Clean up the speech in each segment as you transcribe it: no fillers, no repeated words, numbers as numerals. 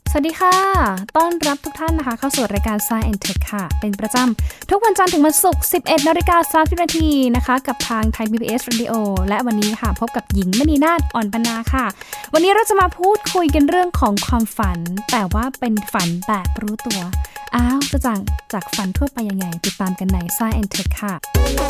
สวัสดีค่ะต้อนรับทุกท่านนะคะเข้าสู่รายการ Science and Tech ค่ะเป็นประจำทุกวันจันทร์ถึงวันศุกร์ 11:30 น.นะคะกับทาง Thai PBS Radio และวันนี้ค่ะพบกับหญิงมณีนาฏอ่อนปนาค่ะวันนี้เราจะมาพูดคุยกันเรื่องของความฝันแต่ว่าเป็นฝันแบบรู้ตัวจะจากฝันทั่วไปยังไงติดตามกันใน Science and Tech ค่ะ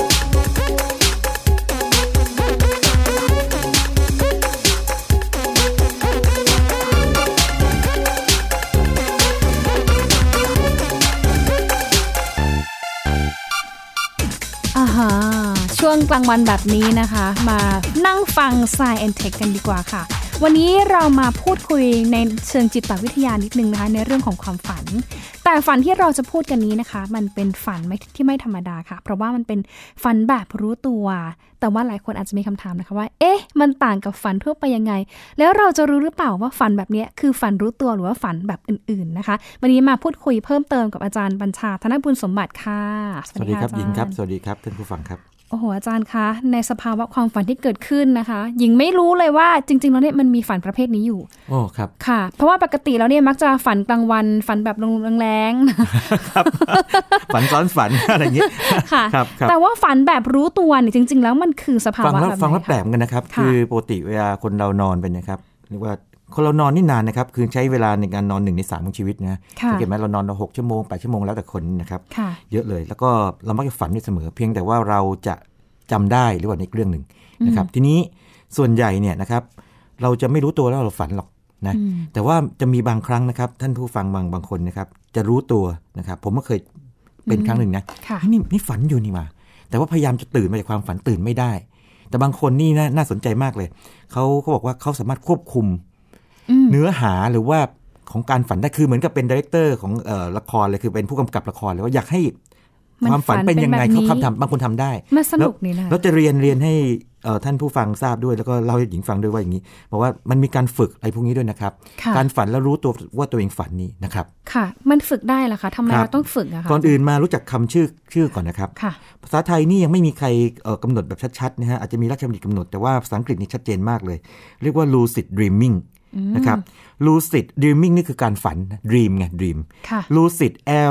ช่วงกลางวันแบบนี้นะคะมานั่งฟัง Science and Tech กันดีกว่าค่ะวันนี้เรามาพูดคุยในเชิงจิตวิทยานิดนึงนะคะในเรื่องของความฝันแต่ฝันที่เราจะพูดกันนี้นะคะมันเป็นฝันที่ไม่ธรรมดาค่ะเพราะว่ามันเป็นฝันแบบรู้ตัวแต่ว่าหลายคนอาจจะมีคำถามนะคะว่ามันต่างกับฝันทั่วไปยังไงแล้วเราจะรู้หรือเปล่าว่าฝันแบบนี้คือฝันรู้ตัวหรือว่าฝันแบบอื่นๆนะคะวันนี้มาพูดคุยเพิ่มเติมกับอาจารย์บัญชาธนบุญสมบัติค่ะสวัสดีครับหญิงครับสวัสดีครับท่านผู้ฟังครับโอ้โหอาจารย์คะในสภาวะความฝันที่เกิดขึ้นนะคะหญิงไม่รู้เลยว่าจริงๆแล้วเนี่ยมันมีฝันประเภทนี้อยู่โอ้ครับค่ะเพราะว่าปกติแล้วเนี่ยมักจะฝันกลางวันฝันแบบแรงๆครับฝันซ้อนฝันอะไรอย่างนี้ค่ะแต่ว่าฝันแบบรู้ตัวเนี่ยจริงๆแล้วมันคือสภาวะแบบฟังแล้วแปลกกันนะครับคือปกติเวลาคนเรานอนไปนะครับเรียกว่าคนเรานอนนี่นานนะครับคือใช้เวลาในการนอน1 ใน 3ของชีวิตนะสังเกตไหมเรานอน6 ชั่วโมง8 ชั่วโมงแล้วแต่คนนะครับเยอะเลยแล้วก็เรามักจะฝันอยู่เสมอเพียงแต่ว่าเราจะจำได้หรือว่าในเรื่องหนึ่งนะครับทีนี้ส่วนใหญ่เนี่ยนะครับเราจะไม่รู้ตัวแล้วเราฝันหรอกนะแต่ว่าจะมีบางครั้งนะครับท่านผู้ฟังบางคนนะครับจะรู้ตัวนะครับผมก็เคยเป็นครั้งหนึ่งนะนี่ฝันอยู่นี่มาแต่ว่าพยายามจะตื่นมาจากความฝันตื่นไม่ได้แต่บางคนนี่น่าสนใจมากเลยเขาบอกว่าเขาสามารถควบคุมเนื้อหาหรือว่าของการฝันได้คือเหมือนกับเป็นไดเรคเตอร์ของละครเลยคือเป็นผู้กำกับละครเลยว่าอยากให้ความฝันเป็นยังไงเขาทำบางคนทำได้แล้วจะเรียนให้ท่านผู้ฟังทราบด้วยแล้วก็เล่าให้หญิงฟังด้วยว่าอย่างนี้บอกว่ามันมีการฝึกอะไรพวกนี้ด้วยนะครับการฝันแล้วรู้ตัวว่าตัวเองฝันนี้นะครับค่ะมันฝึกได้เหรอคะทำไมเราต้องฝึกอะคะก่อนอื่นมารู้จักคำชื่อก่อนนะครับภาษาไทยนี่ยังไม่มีใครกำหนดแบบชัดๆนะฮะอาจจะมีราชบัณฑิตกำหนดแต่ว่าภาษาอังกฤษนี่ชัดเจนมากเลยเรียกว่า lucid dreaming นะครับ lucid dreaming นี่คือการฝัน dream ไง dream lucid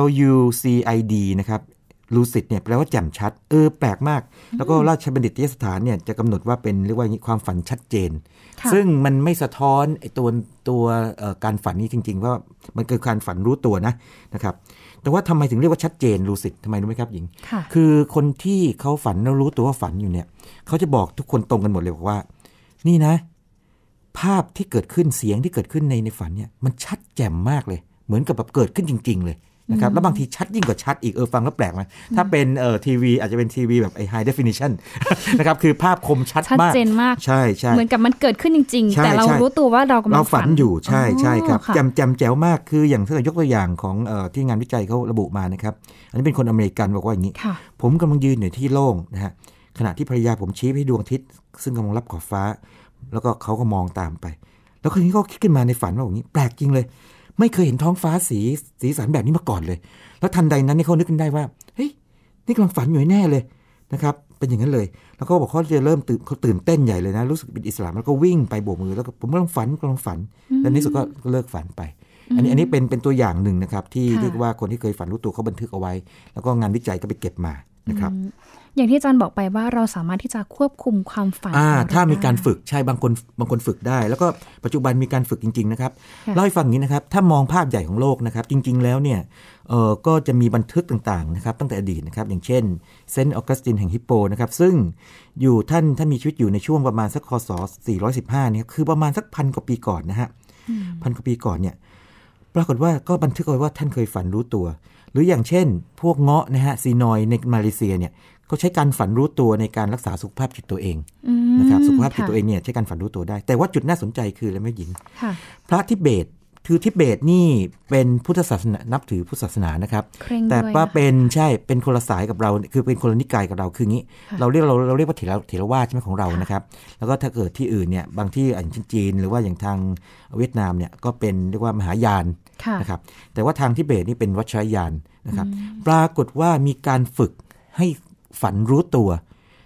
lucid นะครับlucid เนี่ยแปลว่าแจ่มชัดแปลกมากแล้วก็ราชบัณฑิตยสถานเนี่ยจะกำหนดว่าเป็นเรียกว่าความฝันชัดเจนซึ่งมันไม่สะท้อนไอ้ตัวการฝันนี้จริงๆว่ามันคือการฝันรู้ตัวนะครับแต่ว่าทำไมถึงเรียกว่าชัดเจน lucid ทำไมรู้ไหมครับหญิงคือคนที่เขาฝันแล้วรู้ตัวว่าฝันอยู่เนี่ยเขาจะบอกทุกคนตรงกันหมดเลยบอกว่านี่นะภาพที่เกิดขึ้นเสียงที่เกิดขึ้นในฝันเนี่ยมันชัดแจ่มมากเลยเหมือนกับแบบเกิดขึ้นจริงๆเลยนะครับแล้วบางทีชัดยิ่งกว่าชัดอีกฟังแล้วแปลกไหมถ้าเป็นทีวีอาจจะเป็นทีวีแบบhigh definition นะครับคือภาพคมชัดมากชัดเจนมากใช่เหมือนกับมันเกิดขึ้นจริงๆแต่เรารู้ตัวว่าเรากำลังฝันอยู่ใช่ครับแจ่มแจ๋วมากคืออย่างที่ยกตัวอย่างของที่งานวิจัยเขาระบุมานะครับอันนี้เป็นคนอเมริกันบอกว่าอย่างนี้ผมกำลังยืนอยู่ที่โล่งนะฮะขณะที่ภรรยาผมชี้ไปดวงอาทิตย์ซึ่งกำลังรับขอบฟ้าแล้วก็เขาก็มองตามไปแล้วคนนี้ก็คิดขึ้นมาในฝันว่าอย่างนี้แปลกจริงเลยไม่เคยเห็นท้องฟ้าสีสันแบบนี้มาก่อนเลยแล้วทันใดนั้นเขานึกขึ้นได้ว่าเฮ้ยนี่กำลังฝันอยู่แน่เลยนะครับเป็นอย่างนั้นเลยแล้วก็บอกเขาจะเริ่มตื่นเต้นใหญ่เลยนะรู้สึกเป็นอิสระแล้วก็วิ่งไปโบกมือแล้วก็ผมกำลังฝันแล้วในสุดก็เลิกฝันไปอันนี้เป็นตัวอย่างหนึ่งนะครับที่เรียกว่าคนที่เคยฝันรู้ตัวเขาบันทึกเอาไว้แล้วก็งานวิจัยก็ไปเก็บมานะครับอย่างที่อาจารย์บอกไปว่าเราสามารถที่จะควบคุมความฝันถ้ามีการฝึกใช่บางคนฝึกได้แล้วก็ปัจจุบันมีการฝึกจริงๆนะครับเล่าให้ฟังอย่างนี้นะครับถ้ามองภาพใหญ่ของโลกนะครับจริงๆแล้วเนี่ยก็จะมีบันทึกต่างๆนะครับตั้งแต่อดีตนะครับอย่างเช่นเซนต์ออกัสตินแห่งฮิปโปนะครับซึ่งอยู่ท่านมีชีวิตอยู่ในช่วงประมาณสักคศ415เนี่ยคือประมาณสัก1,000 กว่าปีก่อนนะฮะ1,000 กว่าปีก่อนเนี่ยปรากฏว่าก็บันทึกเอาไว้ว่าท่านเคยฝันรู้ตัวหรืออย่างเช่นพวกเงาะนะฮะซีนอยในมาเลเซียเนี่ยเขาใช้การฝันรู้ตัวในการรักษาสุขภาพจิตตัวเองนะครับสุขภาพจิตตัวเองเนี่ยใช้การฝันรู้ตัวได้แต่ว่าจุดน่าสนใจคืออะไรแม่หญิงพระทิเบตคือทิเบตนี่เป็นพุทธศาสนานับถือพุทธศาสนานะครับแต่ว่าเป็นคนละสายกับเราคือเป็นคนละนิกายกับเราคืองี้เราเรียกว่าเถรวาทใช่ไหมของเรานะครับแล้วก็ถ้าเกิดที่อื่นเนี่ยบางที่อย่างจีนหรือว่าอย่างทางเวียดนามเนี่ยก็เป็นเรียกว่ามหายานนะครับแต่ว่าทางทิเบตนี่เป็นวัชรยานนะครับปรากฏว่ามีการฝึกให้ฝันรู้ตัว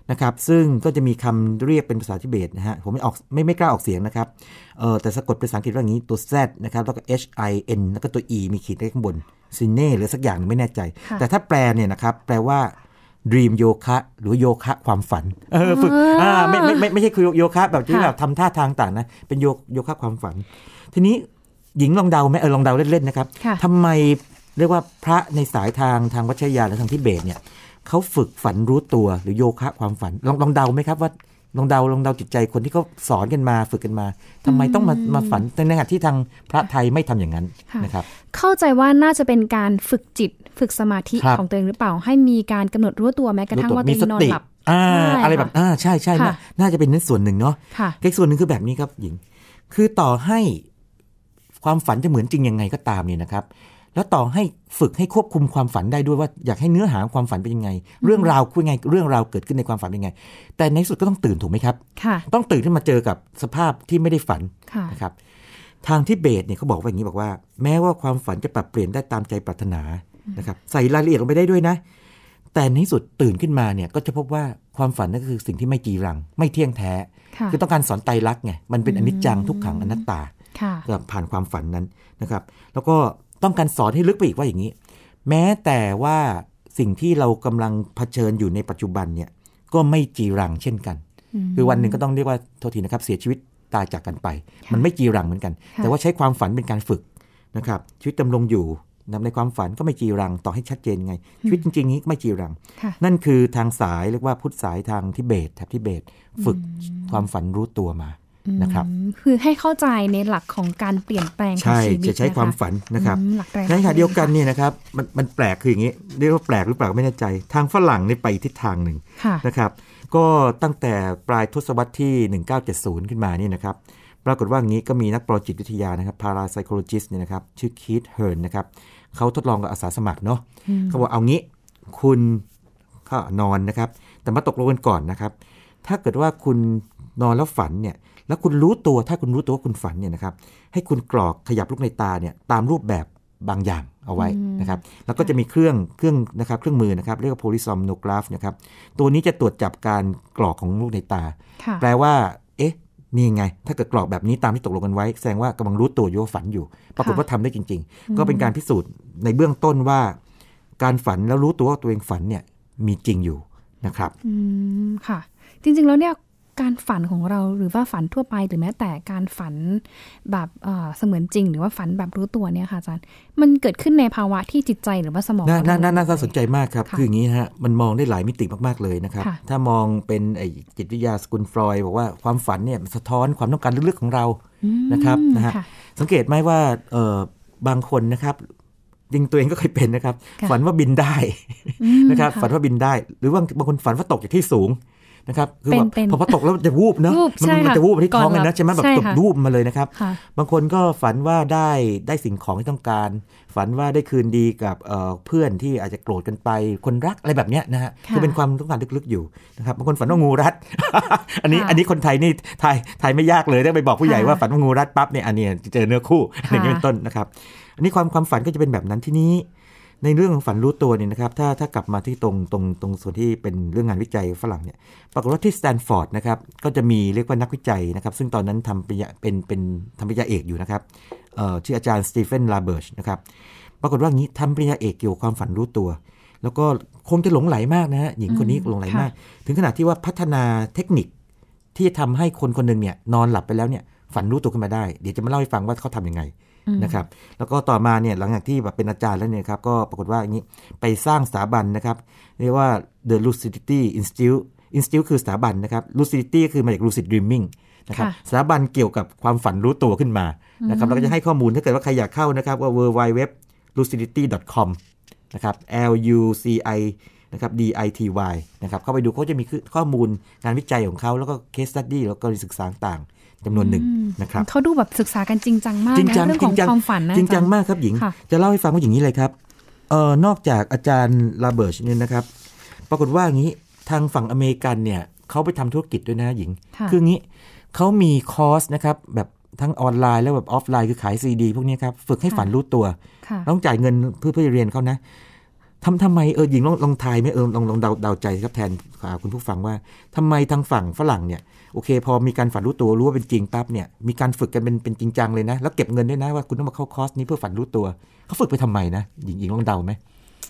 นะครับซึ่งก็จะมีคำเรียกเป็นภาษาทิเบตนะฮะผมไม่กล้าออกเสียงนะครับแต่สะกดเป็นภาษาอังกฤษว่าอย่างนี้ตัว Z นะครับแล้วก็ HIN แล้วก็ตัว E มีขีดข้างบนซินเน่หรือสักอย่างไม่แน่ใจแต่ถ้าแปลเนี่ยนะครับแปลว่า Dream โยคะหรือโยคะความฝันฝึกไม่ใช่คือโยคะแบบที่แบบทำท่าทางต่างนะเป็นโยคะความฝันทีนี้หญิงลองเดาไหมลองเดาเล่นๆนะครับทำไมเรียกว่าพระในสายทางวัชรยานและทางทิเบตเนี่ยเขาฝึกฝันรู้ตัวหรือโยคะความฝันลองเดาไหมครับว่าลองเดาจิตใจคนที่เขาสอนกันมาฝึกกันมาทำไมต้องมาฝันในขณะที่ทางพระไทยไม่ทำอย่างนั้นนะครับเข้าใจว่าน่าจะเป็นการฝึกจิตฝึกสมาธิของตัวเองหรือเปล่าให้มีการกำหนดรู้ตัวแม้กระทั่งว่าตัวเองนอนหลับอะไรแบบใช่น่าจะเป็นนั้นส่วนหนึ่งเนาะอีกส่วนหนึ่งคือแบบนี้ครับหญิงคือต่อให้ความฝันจะเหมือนจริงยังไงก็ตามเนี่ยนะครับแล้วต่อให้ฝึกให้ควบคุมความฝันได้ด้วยว่าอยากให้เนื้อหาความฝันเป็นยังไงเรื่องราวคือไงเรื่องราวเกิดขึ้นในความฝันเป็นยังไงแต่ในสุดก็ต้องตื่นถูกไหมครับต้องตื่นขึ้นมาเจอกับสภาพที่ไม่ได้ฝันนะครับทางทิเบตเนี่ยเขาบอกว่าอย่างนี้บอกว่าแม้ว่าความฝันจะปรับเปลี่ยนได้ตามใจปรารถนานะครับใส่รายละเอียดลงไปได้ด้วยนะแต่ในที่สุดตื่นขึ้นมาเนี่ยก็จะพบว่าความฝันนั่นก็คือสิ่งที่ไม่จีรังไม่เที่ยงแท้คือต้องการสอนไตรลักษณ์ไงมันเป็นอนิจจังทุกขังอนัตตาผ่านความฝันนั้นนะครับแล้วก็ต้องการสอนให้ลึกไปอีกว่าอย่างนี้แม้แต่ว่าสิ่งที่เรากำลังเผชิญอยู่ในปัจจุบันเนี่ยก็ไม่จีรังเช่นกันคือวันหนึ่งก็ต้องเรียกว่าโทษทีนะครับเสียชีวิตตายจากกันไปมันไม่จีรังเหมือนกันแต่ว่าใช้ความฝันเป็นการฝึกนะครับชีวิตดำรงอยู่ในความฝันก็ไม่จีรังต่อให้ชัดเจนไงชีวิตจริงๆนี้ไม่จีรังนั่นคือทางสายเรียกว่าพุทธสายทางทิเบตแถบทิเบตฝึกความฝันรู้ตัวมานะครับคือให้เข้าใจในหลักของการเปลี่ยนแปลงของชีวิตจะใช้ความฝันนะครับในขณะเดียวกันเนี่ยนะครับมันแปลกคืออย่างนี้เรียกว่าแปลกหรือเปล่าไม่แน่ใจทางฝรั่งนี่ไปทิศทางหนึ่งนะครับก็ตั้งแต่ปลายทศวรรษที่1970ขึ้นมานี่นะครับปรากฏว่าอย่างนี้ก็มีนักปรจิตวิทยานะครับ parapsychologist เนี่ยนะครับชื่อคีธเฮิร์นนะครับเขาทดลองกับอาสาสมัครเนาะเขาบอกเอางี้คุณก็นอนนะครับแต่มาตกลงกันก่อนนะครับถ้าเกิดว่าคุณนอนแล้วฝันเนี่ยแล้วคุณรู้ตัวถ้าคุณรู้ตัวว่าคุณฝันเนี่ยนะครับให้คุณกรอกขยับลูกในตาเนี่ยตามรูปแบบบางอย่างเอาไว้นะครับแล้วก็จะมีเครื่องนะครับเครื่องมือนะครับเรียกว่า polysomnograph นะครับตัวนี้จะตรวจจับการกรอกของลูกในตาแปลว่าเอ๊ะนี่ไงถ้าเกิดกรอกแบบนี้ตามที่ตกลงกันไว้แสดงว่ากำลังรู้ตัวอยู่ว่าฝันอยู่ปรากฏว่าทำได้จริงๆก็เป็นการพิสูจน์ในเบื้องต้นว่าการฝันแล้วรู้ตัวว่าตัวเองฝันเนี่ยมีจริงอยู่นะครับค่ะจริงๆแล้วเนี่ยการฝันของเราหรือว่าฝันทั่วไปหรือแม้แต่การฝันแบบเสมือนจริงหรือว่าฝันแบบรู้ตัวเนี่ยค่ะอาจารย์มันเกิดขึ้นในภาวะที่จิตใจหรือว่าสมองน่าสนใจมากครับคืออย่างนี้ฮะมันมองได้หลายมิติมากๆเลยนะครับถ้ามองเป็นจิตวิทยาสกุลฟรอยด์บอกว่าความฝันเนี่ยสะท้อนความต้องการลึกๆของเรานะครับนะฮะสังเกตไหมว่าบางคนนะครับจริงตัวเองก็เคยเป็นนะครับฝันว่าบินได้นะครับฝันว่าบินได้หรือว่าบางคนฝันว่าตกจากที่สูงนะครับคือแบบพอตกแล้วจะวูบเนาะมันจะวูบที่ท้องเลยนะใช่ไหมแบบตกวูบมาเลยนะครับบางคนก็ฝันว่าได้สิ่งของที่ต้องการฝันว่าได้คืนดีกับเพื่อนที่อาจจะโกรธกันไปคนรักอะไรแบบนี้นะฮะคือเป็นความต้องการลึกๆอยู่นะครับบางคนฝันว่างูรัด อันนี้คนไทยนี่ไทยไม่ยากเลยได้ไปบอกผู้ใหญ่ว่าฝันว่างูรัดปั๊บเนี่ยอันนี้เจอเนื้อคู่อย่างนี้เป็นต้นนะครับอันนี้ความฝันก็จะเป็นแบบนั้นที่นี้ในเรื่องของฝันรู้ตัวเนี่ยนะครับถ้ากลับมาที่ตรงส่วนที่เป็นเรื่องงานวิจัยฝรั่งเนี่ยปรากฏว่าที่สแตนฟอร์ดนะครับก็จะมีเรียกว่านักวิจัยนะครับซึ่งตอนนั้นทำปริญญาเป็นทำปริญญาเอกอยู่นะครับชื่ออาจารย์สตีเฟนลาเบิร์ชนะครับปรากฏว่างี้ทำปริญญาเอกเกี่ยวกับความฝันรู้ตัวแล้วก็คงจะหลงไหลมากนะฮะหญิงคนนี้หลงไหลมากถึงขนาดที่ว่าพัฒนาเทคนิคที่ทำให้คนหนึ่งเนี่ยนอนหลับไปแล้วเนี่ยฝันรู้ตัวขึ้นมาได้เดี๋ยวจะมาเล่าให้ฟังว่าเขาทำยังไงนะครับแล้วก็ต่อมาเนี่ยหลังจากที่แบบเป็นอาจารย์แล้วเนี่ยครับก็ปรากฏว่าอย่างนี้ไปสร้างสถาบันนะครับเรียกว่า The Lucidity Institute คือสถาบันนะครับ Lucidity ก็คือมาจาก Lucid Dreaming นะครับสถาบันเกี่ยวกับความฝันรู้ตัวขึ้นมานะครับแล้วก็จะให้ข้อมูลถ้าเกิดว่าใครอยากเข้านะครับว่า www.lucidity.com นะครับ LUCI นะครับ DITY นะครับเข้าไปดูเขาจะมีข้อมูลงานวิจัยของเขาแล้วก็ case study แล้วก็การศึกษาต่างจำนวนหนึ่งนะครับเขาดูแบบศึกษากันจริงจังมากนะเรื่องของความฝันนะจริงจังมากครับหญิงจะเล่าให้ฟังว่าอย่างนี้เลยครับนอกจากอาจารย์ลาเบิร์ชเนี่ยนะครับปรากฏว่าอย่างนี้ทางฝั่งอเมริกันเนี่ยเขาไปทำธุรกิจด้วยนะหญิงคืออย่างนี้เขามีคอร์สนะครับแบบทั้งออนไลน์แล้วแบบออฟไลน์คือขายซีดีพวกนี้ครับฝึกให้ฝันรู้ตัวต้องจ่ายเงินเพื่อเรียนเขานะทำไมหญิงลองทายไหมลองเดาใจครับแทนคุณผู้ฟังว่าทำไมทางฝั่งฝรั่งเนี่ยโอเคพอมีการฝันรู้ตัวรู้ว่าเป็นจริงปั๊บเนี่ยมีการฝึกกันเป็นจริงจังเลยนะแล้วเก็บเงินด้วยนะว่าคุณต้องมาเข้าคอร์สนี้เพื่อฝันรู้ตัวเขาฝึกไปทำไมนะหญิงลองเดาไหม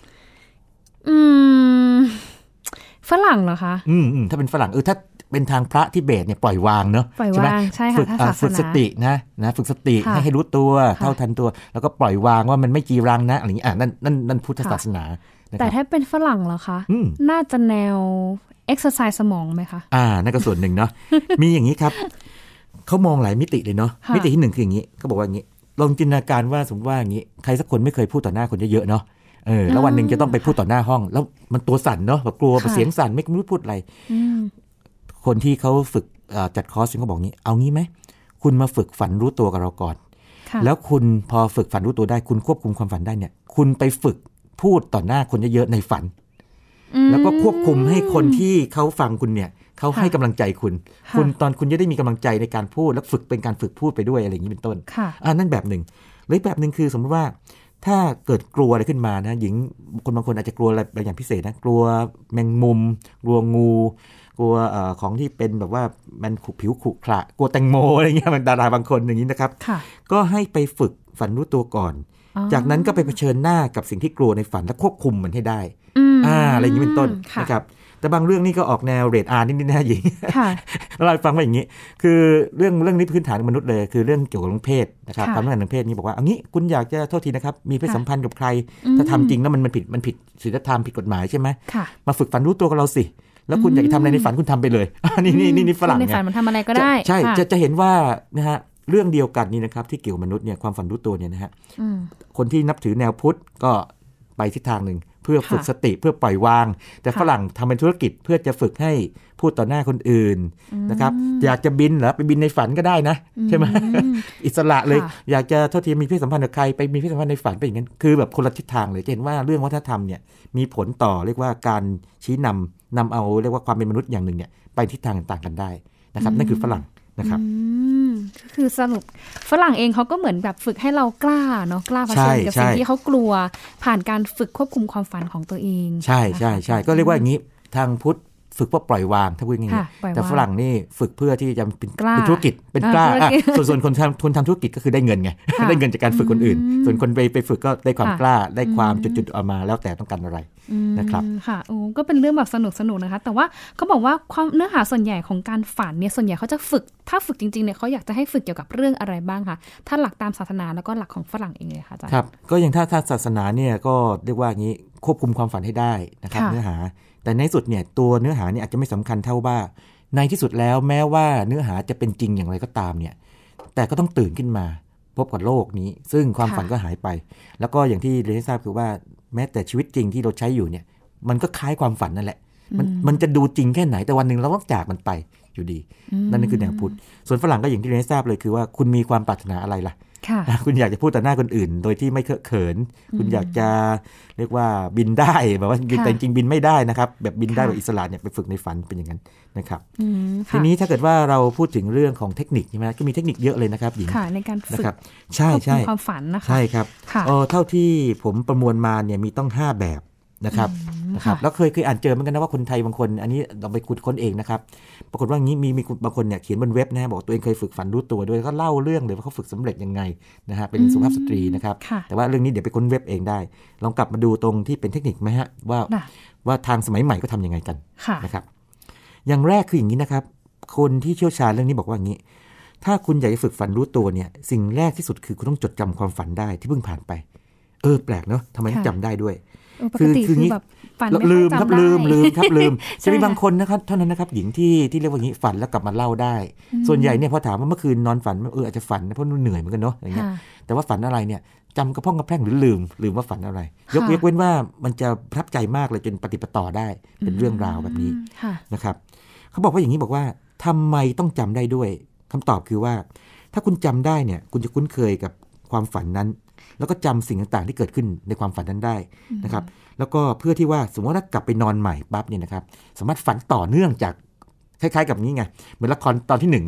ฝรั่งเหรอคะถ้าเป็นฝรั่งถ้าเป็นทางพระทิเบตเนี่ยปล่อยวางเนอะปล่อยวางใช่ค่ะฝึกสตินะฝึกสติให้รู้ตัวเท่าทันตัวแล้วก็ปล่อยวางว่ามันไม่จีรังนะอะไรอย่างนี้นั่นพุทธศาสนาแต่ถ้าเป็นฝรั่งเหรอคะน่าจะแนวexercise สมองไหมคะนั่นก็ส่วนหนึ่งเนาะ มีอย่างนี้ครับเขามองหลายมิติเลยเนาะมิติที่หนึ่งคืออย่างนี้เขาบอกว่าอย่างนี้ลองจินตนาการว่าสมมติว่าอย่างนี้ใครสักคนไม่เคยพูดต่อหน้าคนเยอะๆเนาะแล้ววันหนึ่งจะต้องไปพูดต่อหน้าห้องแล้วมันตัวสั่นเนาะกลัวเสียงสั่นไม่รู้พูดอะไรคนที่เขาฝึกจัดคอร์สเขาบอกงี้เอางี้ไหมคุณมาฝึกฝันรู้ตัวกับเราก่อนแล้วคุณพอฝึกฝันรู้ตัวได้คุณควบคุมความฝันได้เนี่ยคุณไปฝึกพูดต่อหน้าคนเยอะๆในฝันแล้วก็ควบคุมให้คนที่เขาฟังคุณเนี่ยเขาให้กำลังใจคุณตอนคุณจะได้มีกำลังใจในการพูดแล้วฝึกเป็นการฝึกพูดไปด้วยอะไรอย่างนี้เป็นต้นนั่นแบบหนึ่งหรือแบบหนึ่งคือสมมติว่าถ้าเกิดกลัวอะไรขึ้นมานะหญิงคนบางคนอาจจะกลัวอะไรอย่างพิเศษนะกลัวแมงมุมกลัวงูกลัวของที่เป็นแบบว่ามันผิวขรุขระกลัวแตงโมอะไรเงี้ยมันดาราบางคนอย่างนี้นะครับก็ให้ไปฝึกฝันรู้ตัวก่อนจากนั้นก็ไปเผชิญหน้ากับสิ่งที่กลัวในฝันและควบคุมมันให้ได้อะไรอย่างนี้เป็นต้นนะครับแต่บางเรื่องนี่ก็ออกแนวเรทอาร์นิดๆนะหญิงแล้วเราฟังว่าอย่างนี้คือเรื่องนี้พื้นฐานมนุษย์เลยคือเรื่องเกี่ยวกับเรื่องเพศนะครับความต้องการทางเพศนี่บอกว่าเอางี้คุณอยากจะโทษทีนะครับมีเพศสัมพันธ์กับใครถ้าทำจริงแล้วมันผิดศีลธรรมผิดกฎหมายใช่ไหมมาฝึกฝันรู้ตัวกับเราสิแล้วคุณอยากจะทำอะไรในฝันคุณทำไปเลยนี่ฝรั่งในฝันมันทำอะไรก็ได้ใช่จะเห็นว่านะฮะเรื่องเดียวกันนี่นะครับที่เกี่ยวกับมนุษย์เนี่ยความฝันรู้ตัวเนี่ยนะฮะคนที่นับถือแนวพุทธก็ไปทิศทางหนึ่งเพื่อฝึกสติเพื่อปล่อยวางแต่ฝรั่งทำเป็นธุรกิจเพื่อจะฝึกให้พูดต่อหน้าคนอื่นนะครับอยากจะบินเหรอไปบินในฝันก็ได้นะใช่ไหม อิสระเลยอยากจะโทษทีมีเพศสัมพันธ์กับใครไปมีเพศสัมพันธ์ในฝันไปอย่างนั้นคือแบบคนละทิศทางเลยจะเห็นว่าเรื่องวัฒนธรรมเนี่ยมีผลต่อเรียกว่าการชี้นำเอาเรียกว่าความเป็นมนุษย์อย่างหนึ่งเนี่ยไปทิศทางต่างกันได้นะครับนั่นคือฝรั่งนะครับคือสรุปฝรั่งเองเขาก็เหมือนแบบฝึกให้เรากล้าเนาะกล้าเผชิญกับสิ่งที่เขากลัวผ่านการฝึกควบคุมความฝันของตัวเองใช่ก็เรียกว่าอย่างนี้ทางพุทธฝึกเพื่อปล่อยวางถ้าพูดง่ายๆแต่ฝรั่งนี่ฝึกเพื่อที่จะเป็นธุรกิจเป็นกล้าส่วนคนทำธุรกิจก็คือได้เงินไงได้เงินจากการฝึกคนอื่นส่วนคนไปฝึกก็ได้ความกล้าได้ความจุดๆออกมาแล้วแต่ต้องการอะไรนะครับค่ะก็เป็นเรื่องแบบสนุกนะคะแต่ว่าเขาบอกว่าความเนื้อหาส่วนใหญ่ของการฝันเนี่ยส่วนใหญ่เขาจะฝึกถ้าฝึกจริงๆเนี่ยเขาอยากจะให้ฝึกเกี่ยวกับเรื่องอะไรบ้างคะถ้าหลักตามศาสนาแล้วก็หลักของฝรั่งเองเลยค่ะอาจารย์ครับก็อย่างถ้าศาสนาเนี่ยก็เรียกว่าอย่างนี้ควบคุมความฝันให้ได้นะครับเนื้อหาแต่ในสุดเนี่ยตัวเนื้อหาเนี่ยอาจจะไม่สำคัญเท่าว่าในที่สุดแล้วแม้ว่าเนื้อหาจะเป็นจริงอย่างไรก็ตามเนี่ยแต่ก็ต้องตื่นขึ้นมาพบกับโลกนี้ซึ่งความฝันก็หายไปแล้วก็อย่างที่เรียนให้ทราบคือว่าแม้แต่ชีวิตจริงที่เราใช้อยู่เนี่ยมันก็คล้ายความฝันนั่นแหละมันจะดูจริงแค่ไหนแต่วันหนึ่งเราต้องจากมันไปอยู่ดีนั่นคือแนวพุทธส่วนฝรั่งก็อย่างที่เรียนให้ทราบเลยคือว่าคุณมีความปรารถนาอะไรล่ะคุณอยากจะพูดต่อหน้าคนอื่นโดยที่ไม่เคอะเขินคุณอยากจะเรียกว่าบินได้แบบว่าแต่จริงบินไม่ได้นะครับแบบบินได้แบบอิสระเนี่ยไปฝึกในฝันเป็นอย่างนั้นนะครับทีนี้ถ้าเกิดว่าเราพูดถึงเรื่องของเทคนิคใช่ไหมก็มีเทคนิคเยอะเลยนะครับหญิงในการฝึกใช่ความฝันนะคะใช่ครับเท่าที่ผมประมวลมาเนี่ยมีต้อง5แบบนะครับแล้วเคยอ่านเจอเหมือนกันนะว่าคนไทยบางคนอันนี้เราไปขุดค้นเองนะครับปรากฏว่างี้มีบางคนเนี่ยเขียนบนเว็บนะบอกตัวเองเคยฝึกฝันรู้ตัวด้วยก็เล่าเรื่องเลยว่าเขาฝึกสำเร็จยังไงนะฮะเป็นสุภาพสตรีนะครับแต่ว่าเรื่องนี้เดี๋ยวไปค้นเว็บเองได้ลองกลับมาดูตรงที่เป็นเทคนิคไหมฮะว่าทางสมัยใหม่ก็ทำยังไงกันนะครับอย่างแรกคืออย่างนี้นะครับคนที่เชี่ยวชาญเรื่องนี้บอกว่าอย่างนี้ถ้าคุณอยากจะฝึกฝันรู้ตัวเนี่ยสิ่งแรกที่สุดคือคุณต้องจดจำความฝันได้ที่เพิ่งผ่านไปแปลกเนาะทำไมต้องจำได้ด้วยคืองี้ลืมครับลืมจะมีบางคนนะครับเท่านั้นนะครับหญิงที่เรียกว่าอย่างนี้ฝันแล้วกลับมาเล่าได้ส่วนใหญ่เนี่ยพอถามว่าเมื่อคืนนอนฝันอาจจะฝันเพราะเหนื่อยเหมือนกันเนาะอย่างเงี้ยแต่ว่าฝันอะไรเนี่ยจำกระพ้องกระแพร่งหรือลืมว่าฝันอะไรยกเว้นว่ามันจะประทับใจมากเลยจนปฏิปต่อได้เป็นเรื่องราวแบบนี้นะครับเขาบอกว่าอย่างนี้บอกว่าทำไมต้องจำได้ด้วยคำตอบคือว่าถ้าคุณจำได้เนี่ยคุณจะคุ้นเคยกับความฝันนั้นแล้วก็จำสิ่งต่างๆที่เกิดขึ้นในความฝันนั้นได้นะครับแล้วก็เพื่อที่ว่าสมมติว่ากลับไปนอนใหม่ปั๊บเนี่ยนะครับสามารถฝันต่อเนื่องจากคล้ายๆกับนี้ไงเหมือนละครตอนที่1ไง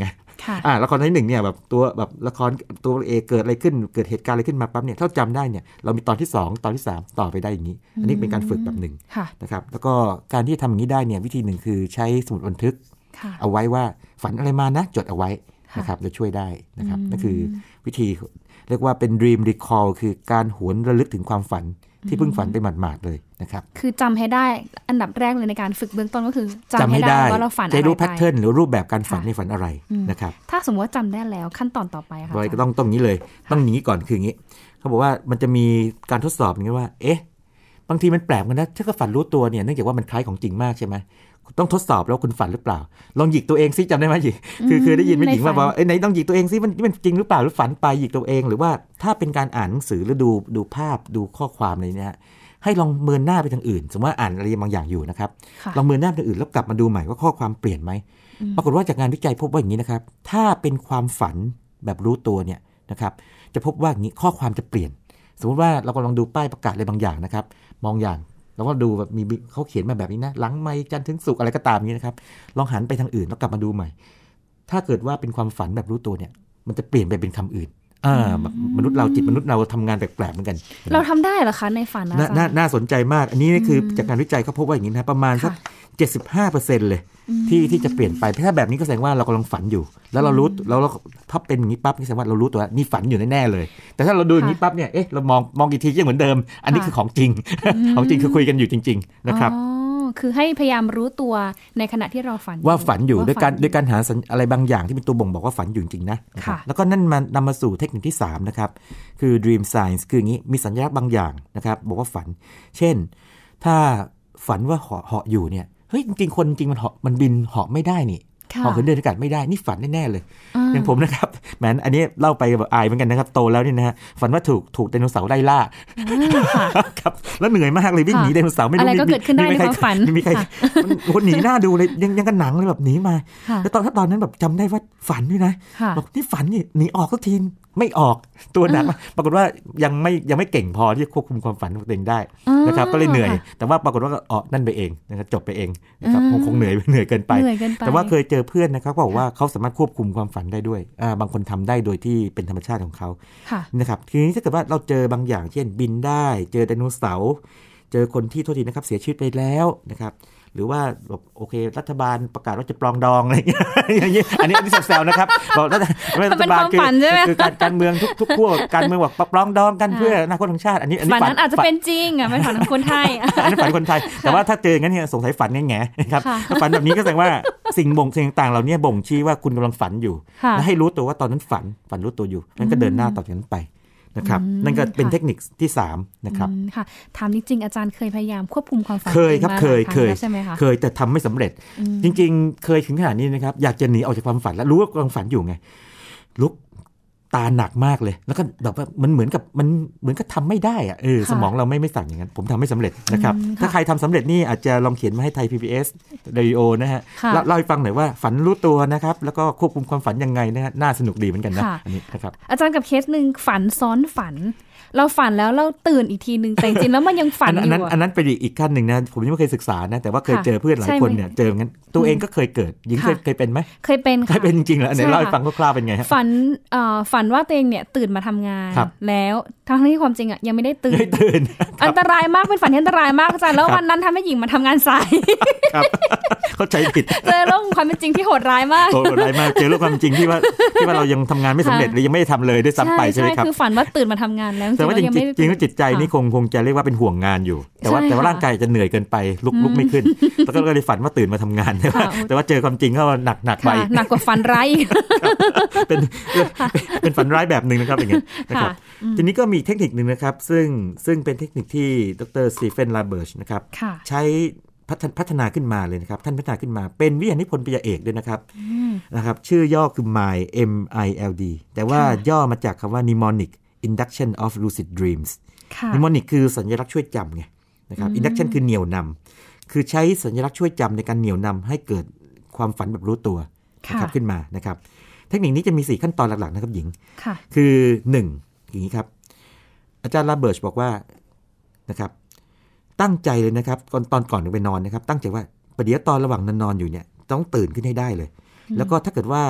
ละครที่1เนี่ยแบบตัวแบบละครตัวเอกเกิดอะไรขึ้นเกิดเหตุการณ์อะไรขึ้นมาปั๊บเนี่ยถ้าจำได้เนี่ยเรามีตอนที่2ตอนที่3ต่อไปได้อย่างนี้อันนี้เป็นการฝึกแบบหนึ่งนะครับแล้วก็การที่ทำอย่างนี้ได้เนี่ยวิธีหนึ่งคือใช้สมุดบันทึกเอาไว้ว่าฝันอะไรมานะจดเอาไว้นะครับจะช่วยได้นะครับนั่นคือวิธีเรียกว่าเป็น dream recall คือการหวนระลึกถึงความฝันที่เพิ่งฝันไปหมาดๆเลยนะครับคือจำให้ได้อันดับแรกเลยในการฝึกเบื้องต้นก็คือจำให้ได้ว่าเราฝันอะไรไปจะรู้แพทเทิร์นหรือรูปแบบการฝันในฝันอะไรนะครับถ้าสมมติว่าจำได้แล้วขั้นตอนต่อไปค่ะก็ต้องนี้เลยต้องอย่างนี้ก่อนคืออย่างนี้เขาบอกว่ามันจะมีการทดสอบอย่างนี้ว่าบางทีมันแปลกกันนะถ้าก็ฝันรู้ตัวเนี่ยเนื่องจากว่ามันคล้ายของจริงมากใช่ไหมต้องทดสอบแล้วคุณฝันหรือเปล่าลองหยิกตัวเองซิจำได้ไหมหยิกคือได้ยินไหมหญิงว่าไหนต้องหยิกตัวเองซิมันจริงหรือเปล่าหรือฝันไปหยิกตัวเองหรือว่าถ้าเป็นการอ่านหนังสือหรือดูภาพดูข้อความอะไรเนี่ยให้ลองเมินหน้าไปทางอื่นสมมติว่าอ่านอะไรบางอย่างอยู่นะครับลองเมินหน้าไปทางอื่นแล้วกลับมาดูใหม่ว่าข้อความเปลี่ยนไหมปรากฏว่าจากงานวิจัยพบว่าอย่างนี้นะครับถ้าเป็นความฝันแบบรู้ตัวเนี่ยนะครับจะพบว่าอย่างนี้ข้อความจะเปลี่ยนสมมติว่าเรากำลังดูป้ายประกาศอะไรบางอย่างนะครับมองอย่างเราก็ดูแบบมีเขาเขียนมาแบบนี้นะหลังไมค์จันทร์ถึงศุกร์อะไรก็ตามนี้นะครับลองหันไปทางอื่นแล้วกลับมาดูใหม่ถ้าเกิดว่าเป็นความฝันแบบรู้ตัวเนี่ยมันจะเปลี่ยนไปเป็นคำอื่นมนุษย์เราจิตมนุษย์เราทำงานแปลกๆเหมือนกันเราทำได้เหรอคะในฝันน่าสนใจมากอันนี้คือจากการวิจัยเขาพบว่าอย่างนี้นะประมาณสัก 75% เลยที่จะเปลี่ยนไปถ้าแบบนี้ก็แสดงว่าเรากำลังฝันอยู่แล้วเรารู้แล้วถ้าเป็นอย่างนี้ปั๊บนี่แสดงว่าเรารู้ตัวนี่ฝันอยู่แน่ๆเลยแต่ถ้าเราดูอย่างนี้ปั๊บเนี่ยเรามองอีกทียังเหมือนเดิมอันนี้คือของจริงของจริงคือคุยกันอยู่จริงๆนะครับคือให้พยายามรู้ตัวในขณะที่เราฝันว่าฝันอยู่ด้วยการหาอะไรบางอย่างที่เป็นตัวบ่งบอกว่าฝันอยู่จริงๆนะแล้วก็นั่นนำมาสู่เทคนิคที่3นะครับคือ dream science คืออย่างนี้มีสัญลักษณ์บางอย่างนะครับบอกว่าฝันเช่นถ้าฝันว่าเหาะอยู่เนี่ยเฮ้ยจริงๆคนจริงมันบินเหาะไม่ได้นี่เหาะขึ้นเดินอากาศไม่ได้นี่ฝันแน่ๆเลยอย่างผมนะครับแหมอันนี้เล่าไปแบบอายเหมือนกันนะครับโตแล้วนี่นะฮะฝันว่าถูกไดโนเสาร์ไล่ล่าครับแล้วเหนื่อยมากเลยวิ่งหนีไดโนเสาร์ไม่รู้อะไรก็เกิดขึ้นได้ในความฝันมีใครคนหนีหน้าดูเลยยังกันหนังเลยแบบหนีมาแล้วตอนนั้นแบบจำได้ว่าฝันด้วยนะบอกนี่ฝันนี่หนีออกสักทีไม่ออกตัวหนักปรากฏว่ายังไม่เก่งพอที่จะควบคุมความฝันของตัวเองได้นะครับก็เลยเหนื่อยแต่ว่าปรากฏว่านั่นไปเองนะครับจบไปเองนะครับคงเหนื่อยเกินไปแต่ว่าเคยเจอเพื่อนนะครับบอกว่าเขาสามารถควบคุมความฝันได้ด้วยบางคนทำได้โดยที่เป็นธรรมชาติของเขานะครับทีนี้ถ้าเกิดว่าเราเจอบางอย่างเช่นบินได้เจอไดโนเสาร์เจอคนที่โทษทีนะครับเสียชีวิตไปแล้วนะครับหรือว่าแบบโอเครัฐบาลประกาศว่าจะปรองดองอะไรอย่างเงี้ยอันนี้แซวๆนะครับบอกรัฐบาลคือการเมืองทุกขั้วการเมืองบอกปรองดองกันเพื่ออนาคตของชาติอันนี้ฝันนั้นอาจจะเป็นจริงอ่ะไม่ฝันของคนไทยอันนี้ฝันคนไทยแต่ว่าถ้าเจองั้นเนี่ยสงสัยฝันแง่ๆนะครับฝันแบบนี้ก็แสดงว่าสิ่งต่างๆเหล่านี้บ่งชี้ว่าคุณกำลังฝันอยู่และให้รู้ตัวว่าตอนนั้นฝันรู้ตัวอยู่นั่นก็เดินหน้าต่อจากนั้นไปนะครับนั่นก็เป็นเทคนิคที่3นะครับค่ะถามจริงๆอาจารย์เคยพยายามควบคุมความฝันเคยครับเคยใช่ไหมคะเคยแต่ทำไม่สำเร็จจริงๆเคยถึงขนาดนี้นะครับอยากจะหนีออกจากความฝันแล้วรู้ว่ากำลังฝันอยู่ไงลุกตาหนักมากเลยแล้วก็แบบว่ามันเหมือนกับทำไม่ได้อะสมองเราไม่สั่งอย่างนั้นผมทำไม่สำเร็จนะครับถ้าใครทำสำเร็จนี่อาจจะลองเขียนมาให้ไทย PBS Radio นะฮะเล่าให้ฟังหน่อยว่าฝันรู้ตัวนะครับแล้วก็ควบคุมความฝันยังไงนะฮะน่าสนุกดีเหมือนกันนะอันนี้นะครับอาจารย์กับเคสนึงฝันซ้อนฝันเราฝันแล้วเราตื่นอีกทีนึงแต่จริงแล้วมันยังฝันอยู่อันนั้นเป็นอีกขั้นหนึ่งนะผมยังไม่เคยศึกษานะแต่ว่าเคยเจอเพื่อนหลายคนเนี่ยเจองั้นตัวเองก็เคยเกิดยิงเคยเป็นไหมเคยเป็นค่ะเคยเป็นจริงๆแล้วไหนเล่าให้ฟังคร่าวๆเป็นไงฮะฝันว่าตัวเองเนี่ยตื่นมาทำงานแล้วทั้งที่ความจริงอ่ะยังไม่ได้ตื่นอันตรายมากเป็นฝันที่อันตรายมากอาจารย์แล้ววันนั้นทำให้หญิงมาทำงานสายเข้าใจผิดเจอโลกความเป็นจริงที่โหดร้ายมากโหดร้ายมากเจอโลกความจริงที่ว่าเรายังทำงานไม่สำเร็จหรือยังไม่ได้ทำเลยด้วยซ้ำไปใช่ไหมครับคือฝันว่าตื่นมาทำงานแล้วแต่ว่าจริงๆจิตใจนี่คงจะเรียกว่าเป็นห่วงงานอยู่แต่ว่าร่างกายจะเหนื่อยเกินไปลุกไม่ขึ้นแล้วก็เลยฝันว่าตื่นมาทำงานแต่ว่าเจอความจริงก็หนักไปหนักกว่าฝันร้ายเป็นฝันร้ายแบบนึงนะครับอย่างเงี้ยนะครับทีนี้ก็มีเทคนิคนึงนะครับซึ่งเป็นเทคนิคที่ดร.สตีเฟน ลาเบิร์ชนะครับใช้พัฒนาขึ้นมาเลยนะครับท่านพัฒนาขึ้นมาเป็นวิทยานิพนธ์ปริญญาเอกด้วยนะครับชื่อย่อคือ MILD แต่ว่าย่อมาจากคำว่า Mnemonic Induction of Lucid Dreams Mnemonic คือสัญลักษณ์ช่วยจำไงนะครับ Induction คือเหนี่ยวนำคือใช้สัญลักษณ์ช่วยจำในการเหนี่ยวนำให้เกิดความฝันแบบรู้ตัวนะครับขึ้นมานะครับเทคนิคนี้จะมี4ขั้นตอนหลักๆนะครับหญิงคือ1อย่างนี้ครับอาจารย์ลาเบิร์ชบอกว่านะครับตั้งใจเลยนะครับตอนก่อนไปนอนนะครับตั้งใจว่าประเดี๋ยวตอนระหว่างนอนอยู่เนี่ยต้องตื่นขึ้นให้ได้เลยแล้วก็ถ้าเกิดว่า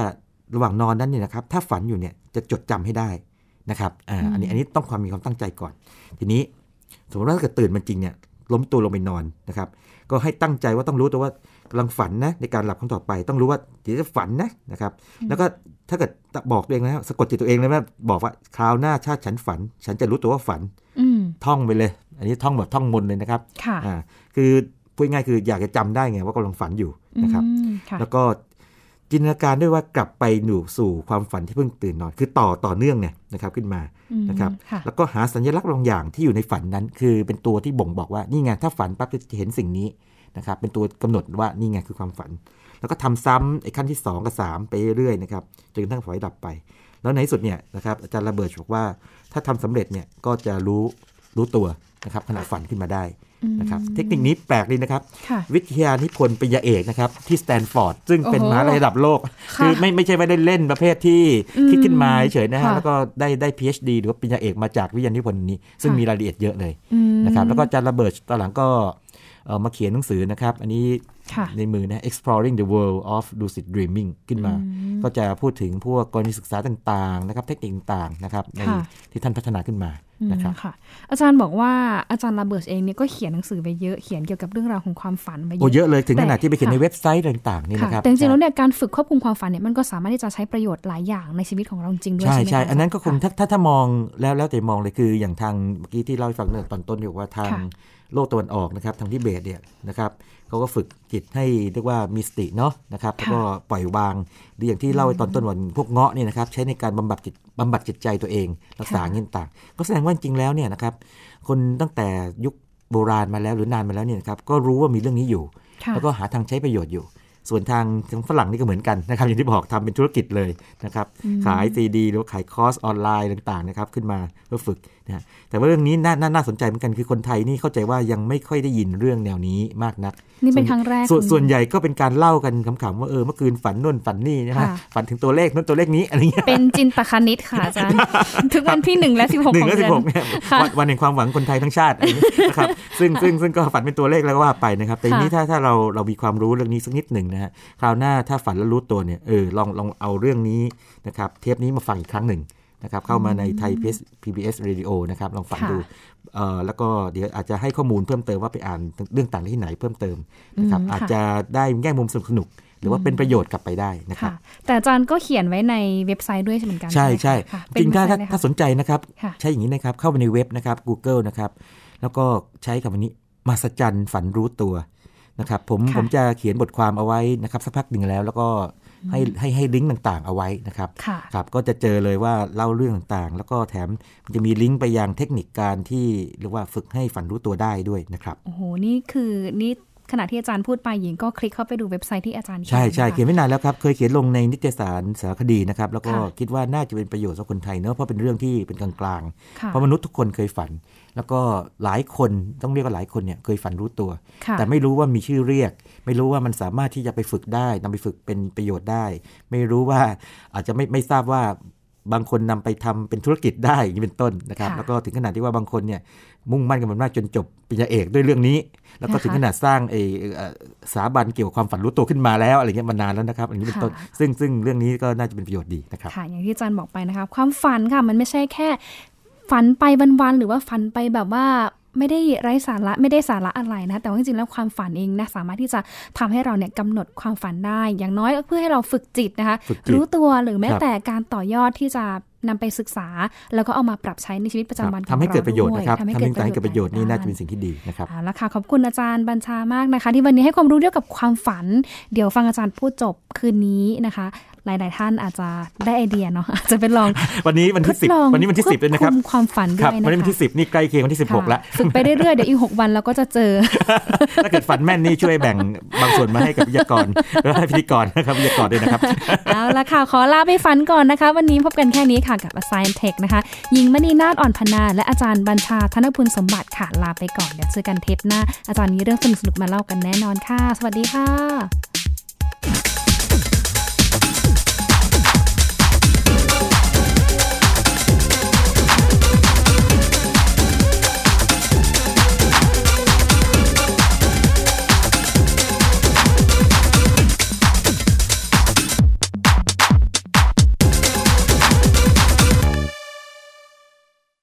ระหว่างนอนนั้นเนี่ยนะครับถ้าฝันอยู่เนี่ยจะจดจำให้ได้นะครับอันนี้ต้องมีความตั้งใจก่อนทีนี้สมมติว่าถ้าเกิดตื่นมันจริงเนี่ยล้มตัวลงไปนอนนะครับก็ให้ตั้งใจว่าต้องรู้ตัวว่ากำลังฝันนะในการหลับครั้งต่อไปต้องรู้ว่าเดี๋ยวจะฝันนะครับแล้วก็ถ้าเกิดบอกตัวเองแล้วสะกดจิตตัวเองเลยว่าบอกว่าคราวหน้าชาติฉันฝันฉันจะรู้ตัวว่าฝันท่องไปเลยอันนี้ท่องแบบท่องมนต์เลยนะครับคือพูดง่ายคืออยากจะจำได้ไงว่ากำลังฝันอยู่นะครับแล้วก็จินตนาการด้วยว่ากลับไปสู่ความฝันที่เพิ่งตื่นนอนคือต่อเนื่องเนี่ยนะครับขึ้นมานะครับแล้วก็หาสัญลักษณ์บางอย่างที่อยู่ในฝันนั้นคือเป็นตัวที่บ่งบอกว่านี่ไงถ้าฝันปั๊บจะเห็นสิ่งนี้นะครับเป็นตัวกำหนดว่านี่ไงคือความฝันแล้วก็ทำซ้ำไอ้ขั้นที่2กับ3ไปเรื่อยๆนะครับจนกระทั่งฝันดับไปแล้วในที่สุดเนี่ยนะครับอาจารย์ระเบิดบอกว่าถ้าทำสำเร็จเนี่ยก็จะรู้ตัวนะครับขณะฝันขึ้นมาได้นะครับเทคนิคนี้แปลกดีนะครับวิทยานิพนธ์ปริญญาเอกนะครับที่สแตนฟอร์ดซึ่งเป็นมหาวิทยาลัยระดับโลกคือไม่ใช่ว่าได้เล่นประเภทที่คิดขึ้นมาเฉยๆนะฮะแล้วก็ได้ PhD หรือว่าปริญญาเอกมาจากวิทยานิพนธ์นี้ซึ่งมีรายละเอียดเยอะเลยนะครับแล้วก็อาจารย์ระเบิดตอนหลังก็มาเขียนหนังสือนะครับอันนี้ในมือนะ Exploring the World of Lucid Dreaming ขึ้นมาก็จะพูดถึงพวกกรณีศึกษาต่างๆนะครับเทคนิคต่างๆนะครับในที่ท่านพัฒนาขึ้นมานะครับอาจารย์บอกว่าอาจารย์ระเบิดเองเนี่ยก็เขียนหนังสือไปเยอะเขียนเกี่ยวกับเรื่องราวของความฝันไปเยอะเลยถึงขนาดที่ไปเขียนในเว็บไซต์ต่างๆนี่นะครับแต่จริงๆแล้วเนี่ยการฝึกควบคุมความฝันเนี่ยมันก็สามารถที่จะใช้ประโยชน์หลายอย่างในชีวิตของเราจริงด้วยใช่ไหมใช่อันนั้นก็คงถ้ามองแล้วแต่มองเลยคืออย่างทางเมื่อกี้ที่เล่าให้ฟังตอนต้นบอกว่าทางโลกตะวันออกนะครับทางทิเบตเนี่ยนะครับเขาก็ฝึกจิตให้เรียกว่ามีสติเนาะนะครับแล้วก็ปล่อยวางหรืออย่างที่เล่าไว้ตอนต้นวันพวกเงาะเนี่ยนะครับใช้ในการบำบัดจิตใจตัวเองรักษาเงี้ยต่างก็แสดงว่าจริงแล้วเนี่ยนะครับคนตั้งแต่ยุคโบราณมาแล้วหรือนานมาแล้วเนี่ยนะครับก็รู้ว่ามีเรื่องนี้อยู่แล้วก็หาทางใช้ประโยชน์อยู่ส่วนทางฝรั่งนี่ก็เหมือนกันนะครับอย่างที่บอกทำเป็นธุรกิจเลยนะครับขายซีดีหรือขายคอร์สออนไลน์ต่างๆนะครับขึ้นมาเพื่อฝึกนะแต่ว่าเรื่องนี้น่าสนใจเหมือนกันคือคนไทยนี่เข้าใจว่ายังไม่ค่อยได้ยินเรื่องแนวนี้มากนักนี่เป็นครั้งแรกส่วนใหญ่ก็เป็นการเล่ากันขำๆว่าเมื่อคืนฝันนู่นฝันนี่นะฮะฝันถึงตัวเลขนู่นตัวเลขนี้อะไรเงี้ยเป็นจินตคณิตค่ะอาจารย์ทุกวันที่1และ16ของเดือนวันแห่งความหวังคนไทยทั้งชาตินะครับซึ่งก็ฝันเป็นตัวเลขแล้วก็ว่าไปนะครับแต่ทีนี้ถ้าเรามีความรู้เรื่องนี้สักนิดหนึ่งนะฮะคราวหน้าถ้าฝันแล้วรู้ตัวเนี่ยลองเอาเรื่องนี้นะครับเทปนี้มาฟังอีกครั้งหนึ่งนะครับเข้ามาในไทย PBS Radio นะครับลองฟังดูแล้วก็เดี๋ยวอาจจะให้ข้อมูลเพิ่มเติมว่าไปอ่านเรื่องต่างที่ไหนเพิ่มเติมนะครับอาจจะได้แง่มุมสนุกหรือว่าเป็นประโยชน์กลับไปได้นะครับแต่อาจารย์ก็เขียนไว้ในเว็บไซต์ด้วยเหมือนกันใช่จริงถ้าสนใจนะครับใช้อย่างนี้นะครับเข้าไปในเว็บนะครับ Google นะครับแล้วก็ใช้คำนี้มหัศจรรย์ฝันรู้ตัวนะครับผมจะเขียนบทความเอาไว้นะครับสักพักหนึ่งแล้วก็ให้ลิงก์ต่างๆเอาไว้นะครับครับก็จะเจอเลยว่าเล่าเรื่องต่างๆแล้วก็แถมจะมีลิงก์ไปยังเทคนิคการที่เรียกว่าฝึกให้ฝันรู้ตัวได้ด้วยนะครับโอ้โหนี่ขณะที่อาจารย์พูดไปหญิงก็คลิกเข้าไปดูเว็บไซต์ที่อาจารย์เขียนใช่เขียนไม่นานแล้วครับเคยเขียนลงในนิตยสารสารคดีนะครับแล้วก็คิดว่าน่าจะเป็นประโยชน์สำหรับคนไทยเนอะเพราะเป็นเรื่องที่เป็นกลางๆเพราะมนุษย์ทุกคนเคยฝันแล้วก็หลายคนต้องเรียกว่าหลายคนเนี่ยเคยฝันรู้ตัวแต่ไม่รู้ว่ามีชื่อเรียกไม่รู้ว่ามันสามารถที่จะไปฝึกได้นำไปฝึกเป็นประโยชน์ได้ไม่รู้ว่าอาจจะไม่ทราบว่าบางคนนำไปทำเป็นธุรกิจได้อย่างนี้เป็นต้นนะครับแล้วก็ถึงขนาดที่ว่าบางคนเนี่ยมุ่งมั่นกันมากจนจบปริญญาเอกด้วยเรื่องนี้แล้วก็ถึงขนาดสร้างสถาบันเกี่ยวกับความฝันรู้ตัวขึ้นมาแล้วอะไรเงี้ยมานานแล้วนะครับอันนี้เป็นต้นซึ่งเรื่องนี้ก็น่าจะเป็นประโยชน์ดีนะครับค่ะอย่างที่อาจารย์บอกไปนะคะความฝันค่ะมันไม่ใช่แค่ฝันไปวันๆหรือว่าฝันไปแบบว่าไม่ได้ไร้สาระไม่ได้สาระอะไรนะแต่ว่าจริงๆแล้วความฝันเองนะสามารถที่จะทำให้เราเนี่ยกำหนดความฝันได้อย่างน้อยเพื่อให้เราฝึกจิตนะคะรู้ตัวหรือแม้แต่การต่อยอดที่จะนำไปศึกษาแล้วก็เอามาปรับใช้ในชีวิตประจำวันของเราทำให้เกิดประโยชน์นะครับทำให้เกิดประโยชน์นี่น่าจะเป็นสิ่งที่ดีนะครับแล้วค่ะขอบคุณอาจารย์บัญชามากนะคะที่วันนี้ให้ความรู้เกี่ยวกับความฝันเดี๋ยวฟังอาจารย์พูดจบคืนนี้นะคะหลายๆท่านอาจจะได้ไอเดียเนาะอาจจะเป็นลองวันนี้วันที่10วันนี้วันที่10เลยนะครับความฝันด้วยนะคะวันนี้วันที่10นี่ใกล้เคียงวันที่16แล้วฝึกไปเรื่อยๆเดี๋ยวอีก6วันเราก็จะเจอถ้าเกิดฝันแม่นนี่ช่วยแบ่งบางส่วนมาให้กับวิทยากรและให้พิธีกรนะครับวิทยากรด้วยนะครับเอาละค่ะขอลาไปฝันก่อนนะคะวันนี้พบกันแค่นี้ค่ะกับ Science Tech นะคะหญิงมณีนาฏอ่อนพนาและอาจารย์บัญชาธนพุลสมบัติค่ะลาไปก่อนเดี๋ยวเจอกันเทปหน้าอาจารย์มีเรื่องสนุกๆมาเล่ากันแน่นอนค่ะสวัสดีค่ะ